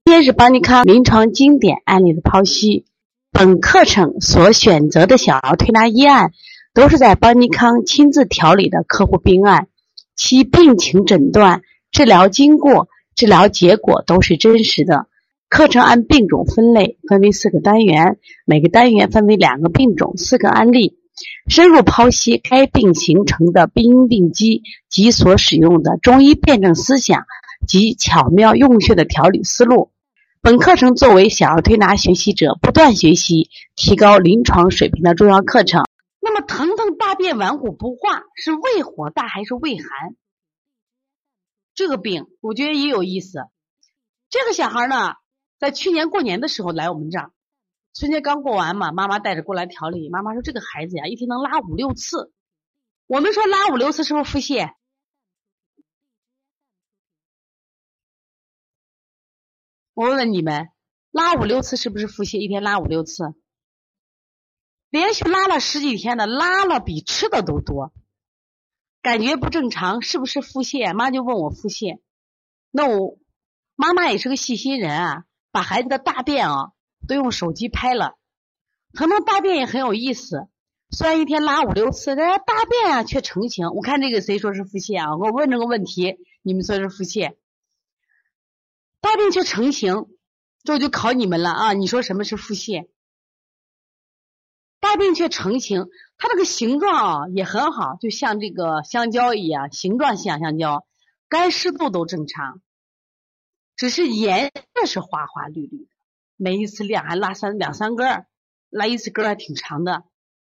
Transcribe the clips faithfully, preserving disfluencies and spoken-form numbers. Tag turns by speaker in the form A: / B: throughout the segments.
A: 今天是邦尼康临床经典案例的剖析。本课程所选择的小儿推拿医案都是在邦尼康亲自调理的客户病案，其病情诊断、治疗经过、治疗结果都是真实的。课程按病种分类，分为四个单元，每个单元分为两个病种、四个案例，深入剖析该病形成的病因病机及所使用的中医辩证思想及巧妙用穴的调理思路。本课程作为小儿推拿学习者不断学习、提高临床水平的重要课程。那么疼疼大便顽固不化是胃火大还是胃寒？这个病我觉得也有意思。这个小孩呢，在去年过年的时候来我们这儿，春节刚过完嘛，妈妈带着过来调理。妈妈说这个孩子呀，一天能拉五六次。我们说拉五六次是不是腹泻？我问问你们，拉五六次是不是腹泻？一天拉五六次，连续拉了十几天的，拉了比吃的都多，感觉不正常，是不是腹泻？妈就问我腹泻，那我妈妈也是个细心人啊，把孩子的大便啊都用手机拍了。可能大便也很有意思，虽然一天拉五六次，但是大便啊却成型。我看这个谁说是腹泻啊？我问这个问题，你们说是腹泻？大便却成型，这就考你们了啊！你说什么是腹泻？大便却成型，它这个形状啊也很好，就像这个香蕉一样，形状像香蕉，干湿度都正常，只是颜色是花花绿绿的，每一次量还拉三两三根，拉一次根还挺长的。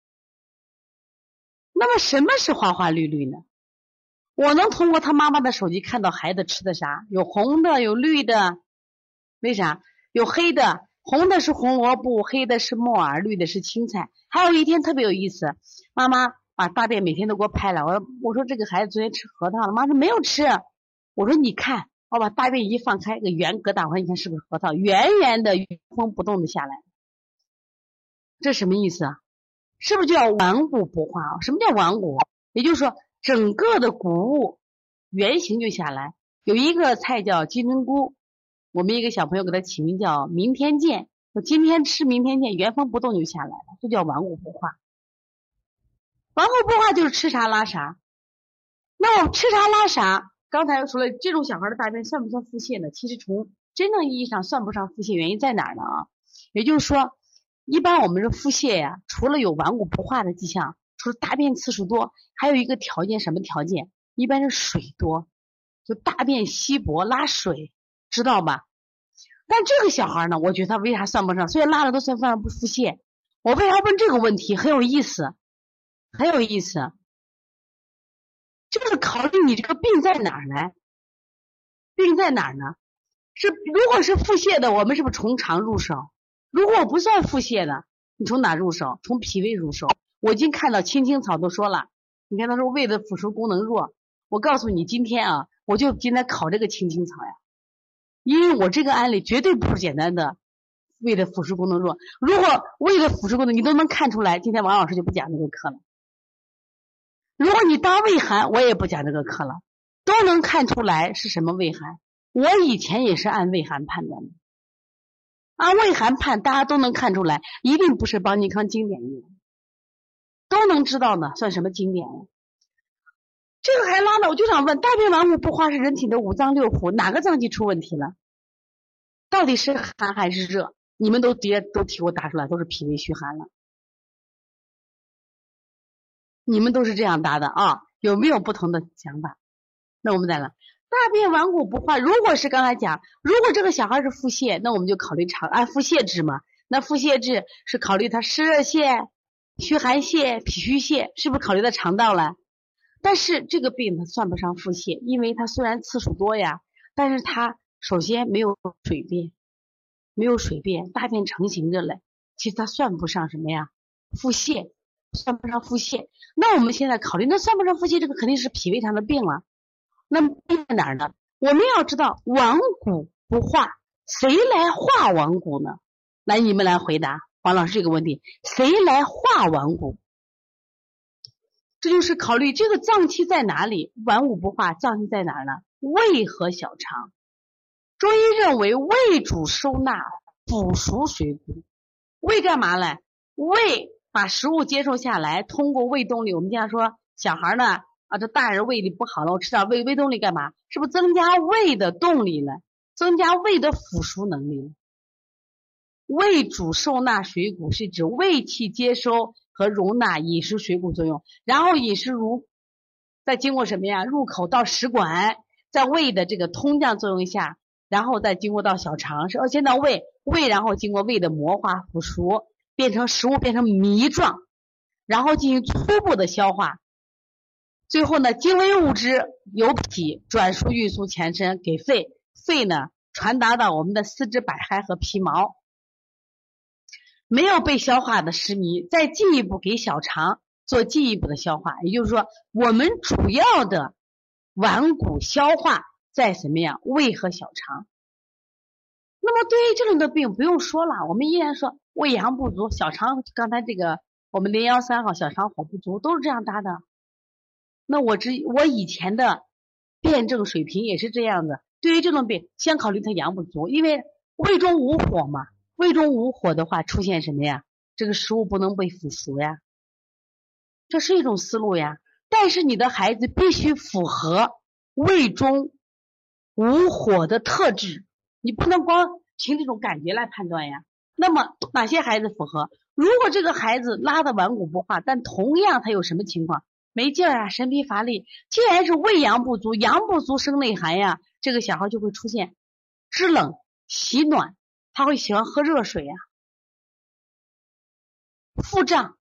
A: 那么什么是花花绿绿呢？我能通过他妈妈的手机看到孩子吃的啥，有红的，有绿的，为啥？有黑的，红的是红萝卜，黑的是木耳，绿的是青菜。还有一天特别有意思，妈妈把大便每天都给我拍了，我说我说这个孩子昨天吃核桃了，妈说没有吃。我说你看，我把大便一放开，个圆疙瘩，我说你看是不是核桃？圆圆的，原封不动的下来。这什么意思啊？是不是就叫顽固不化啊？什么叫顽固？也就是说整个的谷物圆形就下来。有一个菜叫金针菇，我们一个小朋友给他起名叫明天见，我今天吃明天见，原封不动就下来了，这叫顽固不化。顽固不化就是吃啥拉啥。那我吃啥拉啥，刚才说了，这种小孩的大便算不算腹泻呢？其实从真正意义上算不上腹泻，原因在哪儿呢啊？也就是说一般我们说腹泻呀，除了有顽固不化的迹象，除了大便次数多，还有一个条件，什么条件？一般是水多，就大便稀薄拉水，知道吧？但这个小孩呢，我觉得他为啥算不上？虽然拉了都算不上不腹泻。我为啥问这个问题？很有意思，很有意思，就是考虑你这个病在哪儿呢？病在哪儿呢？是如果是腹泻的，我们是不是从肠入手？如果我不算腹泻的，你从哪入手？从脾胃入手。我已经看到青青草都说了，你看他说胃的腐蚀功能弱，我告诉你今天啊，我就今天考这个青青草呀，因为我这个案例绝对不是简单的胃的腐蚀功能弱。如果胃的腐蚀功能你都能看出来，今天王老师就不讲这个课了。如果你当胃寒，我也不讲这个课了，都能看出来是什么胃寒。我以前也是按胃寒判断的，按胃寒判大家都能看出来，一定不是邦尼康经典医，都能知道呢，算什么经典？这个还拉呢，我就想问，大便顽固不化是人体的五脏六腑哪个脏器出问题了？到底是寒还是热？你们都直接都替我答出来，都是脾胃虚寒了。你们都是这样答的啊？有没有不同的想法？那我们再来，大便顽固不化，如果是刚才讲，如果这个小孩是腹泻，那我们就考虑肠按腹泻治嘛。那腹泻治是考虑他湿热泻、虚寒泻、脾虚泻，是不是考虑到肠道了？但是这个病它算不上腹泻，因为它虽然次数多呀，但是它首先没有水便，没有水便，大便成型着嘞，其实它算不上什么呀腹泻，算不上腹泻。那我们现在考虑，那算不上腹泻，这个肯定是脾胃上的病了。那病在哪儿呢？我们要知道顽固不化，谁来化顽固呢？来，你们来回答王老师这个问题，谁来化顽固？这就是考虑这个脏器在哪里，顽固不化，脏器在哪儿呢？胃和小肠。 中医认为胃主收纳腐熟水谷，胃干嘛嘞？胃把食物接受下来，通过胃动力，我们经常说小孩呢啊，这大人胃里不好了，我吃点胃，胃动力干嘛？是不是增加胃的动力了？增加胃的腐熟能力了？胃主收纳水谷是指胃气接收和容纳饮食水谷作用，然后饮食如再经过什么呀？入口到食管，在胃的这个通降作用下，然后再经过到小肠，是先到胃，胃然后经过胃的磨化腐熟，变成食物变成糜状，然后进行初步的消化，最后呢，精微物质由脾转输运输全身给肺，肺呢传达到我们的四肢百骸和皮毛，没有被消化的食糜再进一步给小肠做进一步的消化，也就是说我们主要的顽固消化在什么呀？胃和小肠。那么对于这种的病不用说了，我们依然说胃阳不足，小肠刚才这个我们零幺三号小肠火不足都是这样搭的。那我之我以前的辩证水平也是这样的，对于这种病先考虑它阳不足，因为胃中无火嘛，胃中无火的话出现什么呀？这个食物不能被腐熟呀，这是一种思路呀。但是你的孩子必须符合胃中无火的特质，你不能光凭这种感觉来判断呀。那么哪些孩子符合？如果这个孩子拉的顽固不化，但同样他有什么情况？没劲儿啊，神疲乏力，既然是胃阳不足，阳不足生内寒呀，这个小孩就会出现肢冷喜暖，他会喜欢喝热水呀，腹胀，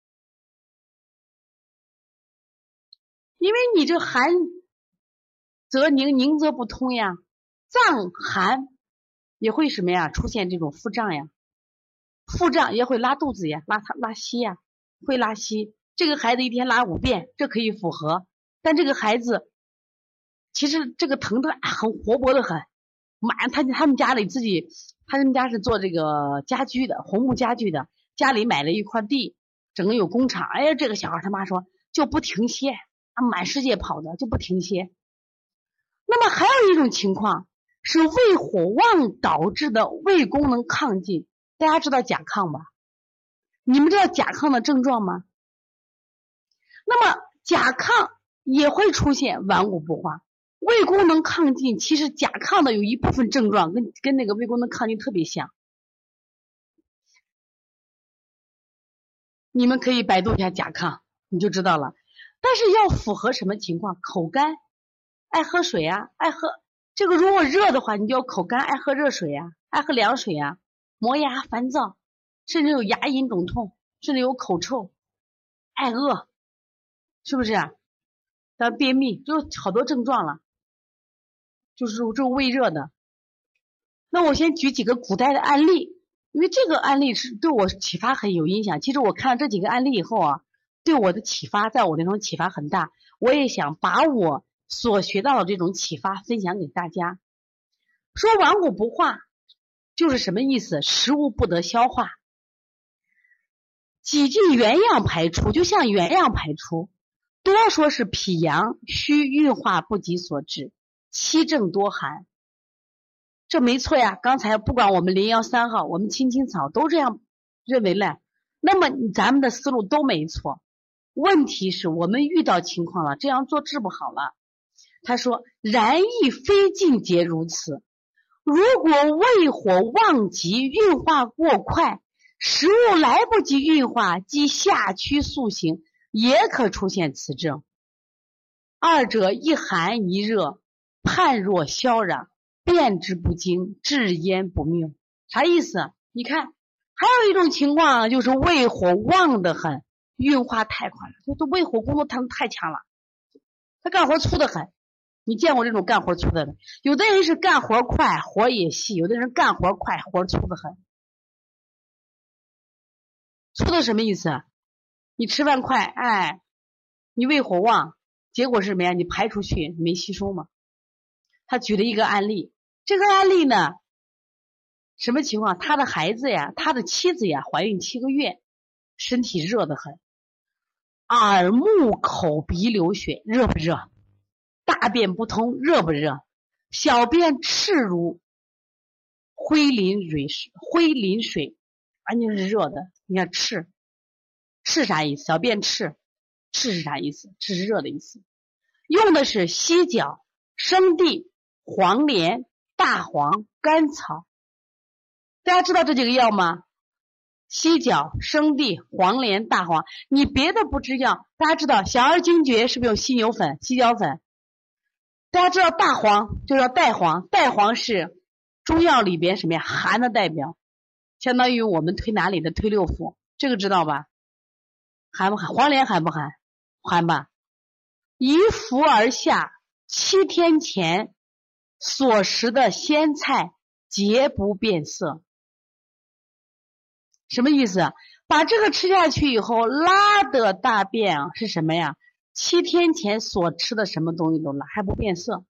A: 因为你这寒则凝，凝则不通呀，脏寒也会什么呀？出现这种腹胀呀，腹胀也会拉肚子呀，拉拉稀呀，会拉稀。这个孩子一天拉五遍，这可以符合。但这个孩子其实这个疼的很活泼的很，满他他们家里自己，他们家是做这个家居的，红木家具的，家里买了一块地，整个有工厂。哎呀，这个小孩他妈说就不停歇，啊，满世界跑的就不停歇。那么还有一种情况是胃火旺导致的胃功能亢进，大家知道甲亢吧？你们知道甲亢的症状吗？那么甲亢也会出现顽固不化，胃功能亢进，其实甲亢的有一部分症状跟跟那个胃功能亢进特别像，你们可以百度一下甲亢，你就知道了。但是要符合什么情况？口干，爱喝水啊，爱喝这个如果热的话，你就要口干，爱喝热水啊，爱喝凉水啊，磨牙烦躁，甚至有牙龈肿痛，甚至有口臭，爱饿，是不是啊？咱便秘就好多症状了，就是这种胃热的。那我先举几个古代的案例，因为这个案例是对我启发很有影响。其实我看了这几个案例以后啊，对我的启发，在我那种启发很大。我也想把我所学到的这种启发分享给大家。说顽固不化就是什么意思？食物不得消化，几近原样排出，就像原样排出。多说是脾阳虚运化不及所致，七症多寒，这没错呀。刚才不管我们零幺三号，我们青青草都这样认为了，那么咱们的思路都没错。问题是我们遇到情况了，这样做治不好了。他说然亦非尽皆如此，如果胃火旺急，运化过快，食物来不及运化，即下驱速行，也可出现此症。二者一寒一热，判若消壤，辨之不精，治焉不妙。啥意思？你看还有一种情况就是胃火旺得很，运化太快了，这胃火功能太强了，他干活粗得很。你见过这种干活粗的？有的人是干活快活也细，有的人干活快活粗得很。粗的什么意思？你吃饭快，哎，你胃火旺，结果是什么呀？你排出去没吸收嘛。他举了一个案例，这个案例呢，什么情况？他的孩子呀，他的妻子呀，怀孕七个月，身体热得很，耳目口鼻流血，热不热？大便不通，热不热？小便赤如灰淋水，灰淋水，完全是热的。你看赤，赤啥意思？小便赤，赤是啥意思？赤是热的意思。用的是犀角、生地、黄连、大黄、甘草。大家知道这几个药吗？犀角、生地、黄连、大黄。你别的不知药，大家知道小儿惊厥是不是用犀牛粉、犀角粉？大家知道大黄就叫带黄，带黄是中药里边什么呀？寒的代表，相当于我们推拿里的推六腑，这个知道吧？寒不寒？黄连寒不寒？寒吧。一服而下，七天前所食的鲜菜皆不变色。什么意思？把这个吃下去以后，拉的大便啊是什么呀？七天前所吃的什么东西都拉，还不变色，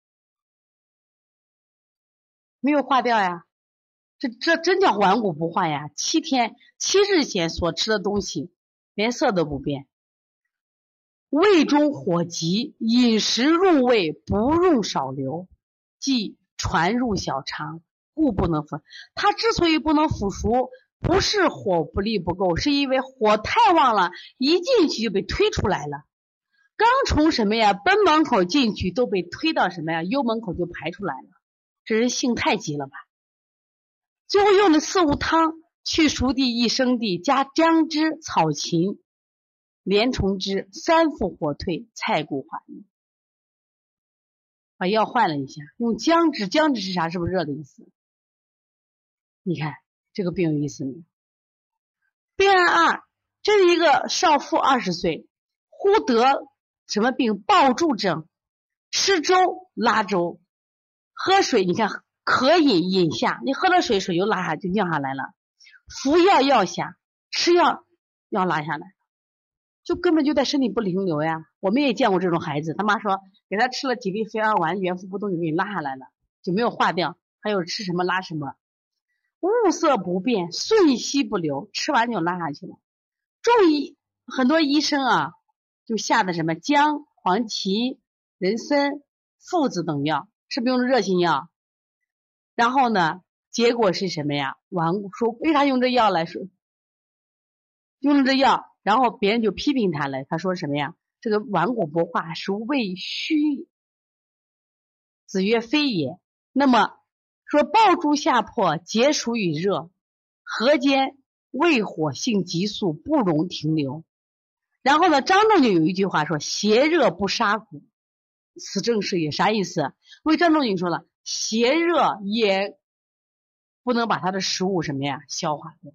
A: 没有化掉呀。这这真叫顽固不化呀！七天七日前所吃的东西，连色都不变。胃中火急，饮食入胃不用少流，即传入小肠，故不能服。它之所以不能腐熟，不是火不力不够，是因为火太旺了，一进去就被推出来了。刚从什么呀奔门口进去，都被推到什么呀幽门口就排出来了。这人性太急了吧？最后用的四物汤，去熟地、益生地，加姜汁、草芹、莲虫汁，三服火退，菜固缓逆。把药换了一下，用姜汁，姜汁是啥？是不是热的意思？你看这个病有意思没？病案二，这是一个少妇二十岁，忽得什么病？抱柱症，吃粥拉粥，喝水你看可饮饮下，你喝了水水就拉下就尿下来了，服药药下，吃药药拉下来，就根本就在身体不停留呀。我们也见过这种孩子，他妈说给他吃了几粒肥儿丸，原服不动就给你拉下来了，就没有化掉。还有吃什么拉什么，物色不变，瞬息不流，吃完就拉下去了。中医很多医生啊，就下的什么姜、黄芪、人参、附子等药，是不是用的热性药？然后呢，结果是什么呀？顽固，说为啥用这药来说？用了这药，然后别人就批评他了。他说什么呀？这个顽固不化，是胃虚。子曰：非也。那么说抱柱下破，结熟与热，合间胃火性急速，不容停留。然后呢，张仲景有一句话说：邪热不杀骨，此正是也。啥意思？为张仲景说了，邪热也不能把他的食物什么呀消化掉。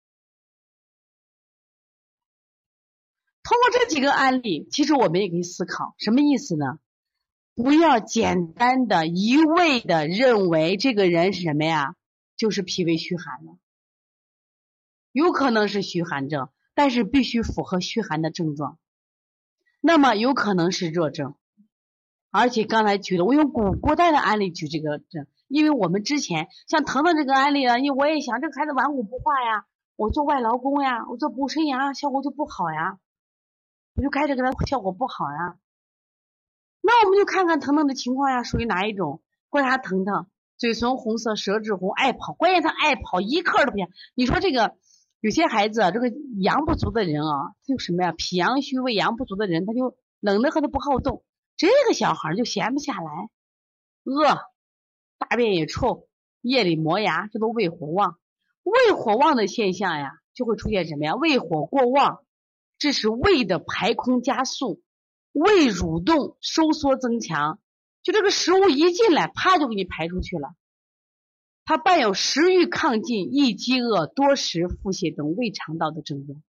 A: 通过这几个案例，其实我们也可以思考，什么意思呢？不要简单的一味的认为这个人是什么呀，就是脾胃虚寒了。有可能是虚寒症，但是必须符合虚寒的症状。那么有可能是热症，而且刚才举了，我用古古代的案例举这个症，因为我们之前像腾腾这个案例呢，因为我也想这个孩子顽固不化呀，我做外劳宫呀，我做补肾阳效果就不好呀，我就开始给他效果不好呀。那我们就看看腾腾的情况呀，属于哪一种？观察腾腾，嘴唇红色，舌质红，爱跑，关键他爱跑，一刻都不想。你说这个有些孩子啊，这个阳不足的人啊，就什么呀，脾阳虚胃阳不足的人，他就冷的和他不好动。这个小孩就闲不下来，饿，大便也臭，夜里磨牙，这都胃火旺。胃火旺的现象呀，就会出现什么呀？胃火过旺，这是胃的排空加速，胃蠕动收缩增强，就这个食物一进来，啪就给你排出去了。它伴有食欲亢进、易饥饿、多食、腹泻等胃肠道的症状。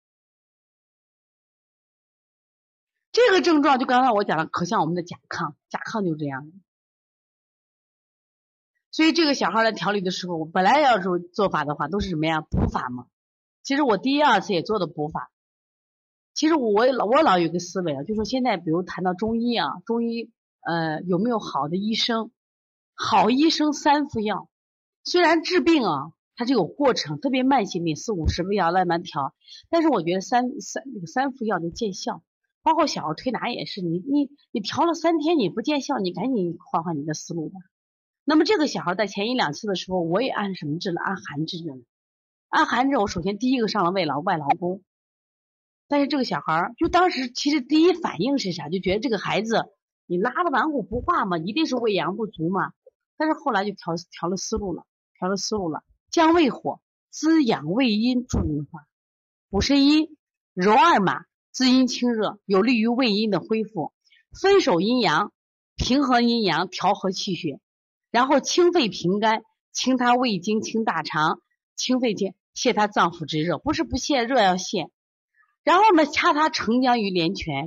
A: 这个症状就刚才我讲的，可像我们的甲亢，甲亢就这样。所以这个小孩在调理的时候，本来要是做法的话，都是什么呀？补法嘛。其实我第一二次也做的补法。其实我老我老有个思维啊，就说现在比如谈到中医啊，中医呃有没有好的医生？好医生三副药，虽然治病啊它是有过程，特别慢性病四五十味药慢慢调，但是我觉得三三那个三副药就见效。包括小儿推拿也是，你你你调了三天你不见效，你赶紧换换你的思路吧。 那么这个小孩在前一两次的时候，我也按什么治了？按寒治的。按寒治，我首先第一个上了外劳外劳宫。但是这个小孩就当时其实第一反应是啥？就觉得这个孩子你拉的顽固不化嘛，一定是胃阳不足嘛。但是后来就调调了思路了，调了思路了，降胃火，滋养胃阴，助运化，补肾阴，揉二马，滋阴清热，有利于胃阴的恢复，分守阴阳，平衡阴阳，调和气血，然后清肺平肝，清他胃经，清大肠，清肺经，泻他脏腑之热，不是不泻，热要泻。然后呢，掐他承浆于连泉，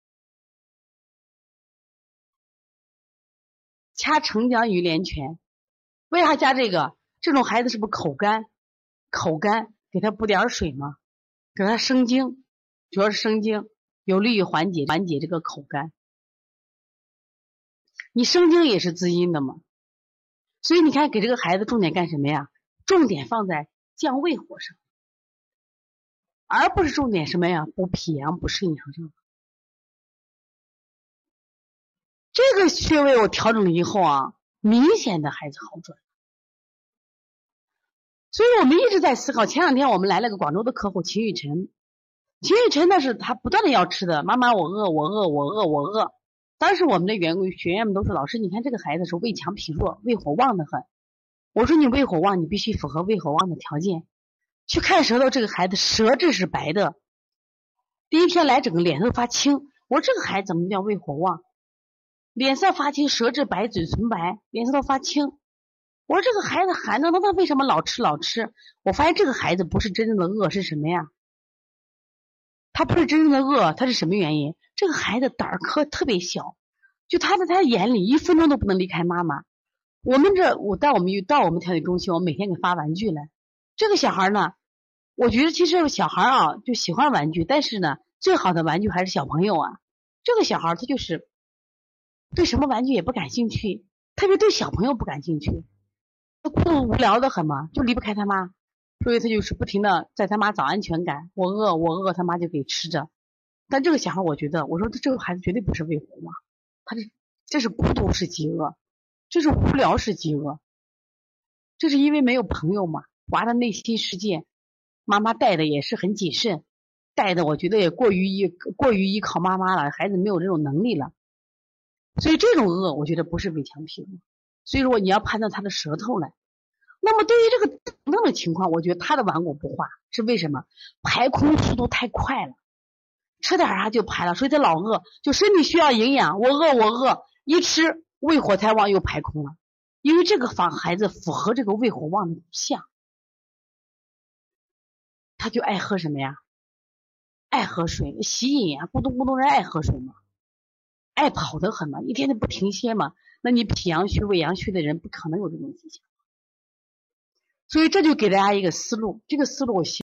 A: 掐承浆于连泉。为啥加这个？这种孩子是不是口干？口干，给他补点水嘛，给他生津，主要是生津，有利于缓解缓解这个口干。你生津也是滋阴的嘛，所以你看给这个孩子重点干什么呀？重点放在降胃火上，而不是重点什么呀？补脾阳、补肾阳上。这个穴位我调整了以后啊，明显的孩子好转。所以我们一直在思考。前两天我们来了个广州的客户秦雨辰，秦雨辰那是他不断的要吃的，妈妈我饿我饿我饿我饿。当时我们的员工学员们都说，老师你看这个孩子是胃强脾弱，胃火旺的很。我说你胃火旺，你必须符合胃火旺的条件。去看舌头，这个孩子舌质是白的，第一天来整个脸都发青。我说这个孩子怎么叫胃火旺？脸色发青，舌质白，嘴唇白，脸色都发青。我说这个孩子寒的，那他为什么老吃老吃？我发现这个孩子不是真正的饿，是什么呀？他不是真正的饿，他是什么原因？这个孩子胆儿颗特别小，就他在他眼里一分钟都不能离开妈妈。我们这我带我们到我们调理中心，我每天给发玩具来。这个小孩呢，我觉得其实小孩啊就喜欢玩具，但是呢，最好的玩具还是小朋友啊。这个小孩他就是对什么玩具也不感兴趣，特别对小朋友不感兴趣，他孤独无聊的很嘛，就离不开他妈，所以他就是不停的在他妈找安全感。我饿我饿，他妈就给吃着。但这个小孩我觉得，我说这个孩子绝对不是胃火旺，他是这是孤独式饥饿，这是无聊式饥饿，这是因为没有朋友嘛，娃的内心世界妈妈带的也是很谨慎，带的我觉得也过于依过于依靠妈妈了，孩子没有这种能力了，所以这种饿我觉得不是胃强脾弱。所以说你要判断他的舌头来。那么对于这个等等的情况，我觉得他的顽固不化是为什么？排空速度太快了，吃点啥就排了，所以他老饿，就身体需要营养，我饿我饿，一吃胃火太旺又排空了。因为这个房孩子符合这个胃火旺的象，他就爱喝什么呀？爱喝水，吸引啊，咕咚咕咚人爱喝水嘛，爱跑得很嘛，一天天不停歇嘛，那你脾阳虚胃阳虚的人不可能有这种迹象。所以这就给大家一个思路，这个思路我希